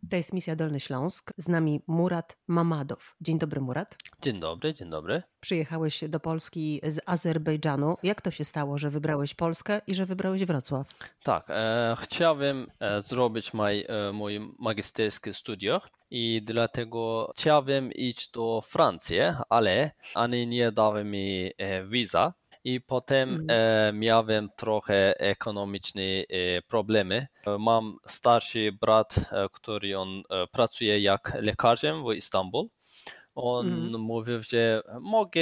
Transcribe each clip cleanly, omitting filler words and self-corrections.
To jest Misja Dolny Śląsk. Z nami Murat Mamadow. Dzień dobry, Murat. Dzień dobry, dzień dobry. Przyjechałeś do Polski z Azerbejdżanu. Jak to się stało, że wybrałeś Polskę i że wybrałeś Wrocław? Tak, chciałem zrobić moje magisterskie studia i dlatego chciałem iść do Francji, ale oni nie dali mi wiza i potem Mhm. miałem trochę ekonomiczne problemy. Mam starszy brat, który pracuje jak lekarzem w Istanbul. On Mhm. mówił, że mogę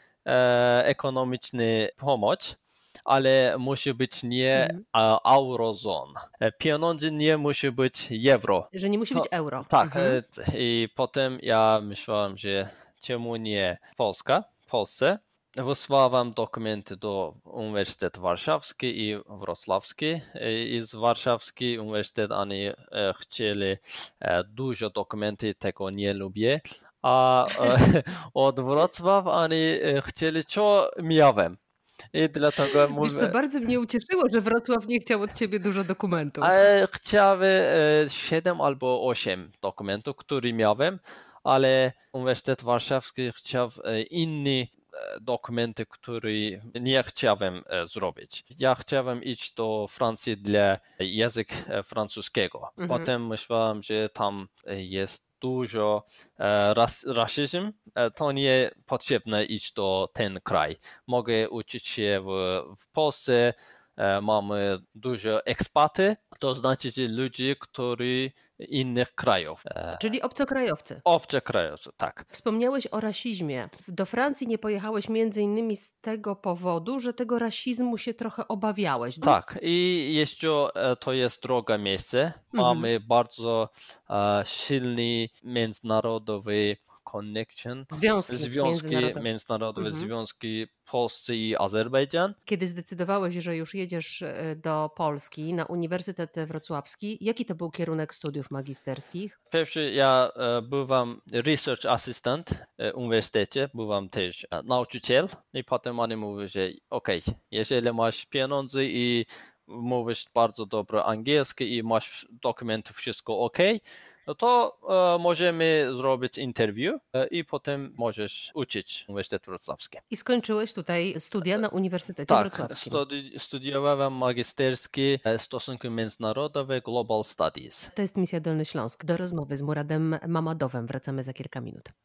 ekonomicznie pomóc, ale musi być nie Mhm. eurozon. Pieniądze nie musi być euro. Że nie musi być euro. Tak, Mhm. i potem ja myślałem, że czemu nie Polsce. Wysłałem dokumenty do Uniwersytetu Warszawski i Wrocławski. I z Warszawski Uniwersytet oni chcieli dużo dokumenty, tego nie lubię. A od Wrocław oni chcieli, co miałem. I dlatego Wiesz co, mówię, bardzo mnie ucieszyło, że Wrocław nie chciał od ciebie dużo dokumentów. chciały 7 albo 8 dokumentów, które miałem, ale Uniwersytet Warszawski chciał inne dokumenty, które nie chciałem zrobić. Ja chciałem iść do Francji dla języka francuskiego. Mhm. Potem myślałem, że tam jest dużo rasizm. To nie potrzebne iść do ten kraj. Mogę uczyć się w Polsce. Mamy dużo ekspaty, to znaczy, że ludzie, którzy innych krajów. Czyli obcokrajowcy. Obcokrajowcy, tak. Wspomniałeś o rasizmie. Do Francji nie pojechałeś między innymi z tego powodu, że tego rasizmu się trochę obawiałeś. Tak, i jeszcze to jest drogie miejsce. Mhm. Mamy bardzo silny międzynarodowy connection, Związki międzynarodowe. międzynarodowe Mhm. związki Polscy i Azerbejdżan. Kiedy zdecydowałeś, że już jedziesz do Polski na Uniwersytet Wrocławski, jaki to był kierunek studiów magisterskich? Pierwszy ja byłem research assistant w uniwersytecie, byłem też nauczyciel i potem oni mówią, że okej, jeżeli masz pieniądze i mówisz bardzo dobrze angielski i masz dokumenty, wszystko ok, no to możemy zrobić interview i potem możesz uczyć Uniwersytet Wrocławski. I skończyłeś tutaj studia na Uniwersytecie Tak, Wrocławskim. studiowałem magisterski stosunki międzynarodowe, Global Studies. To jest Misja Dolny Śląsk. Do rozmowy z Muradem Mamadowem wracamy za kilka minut.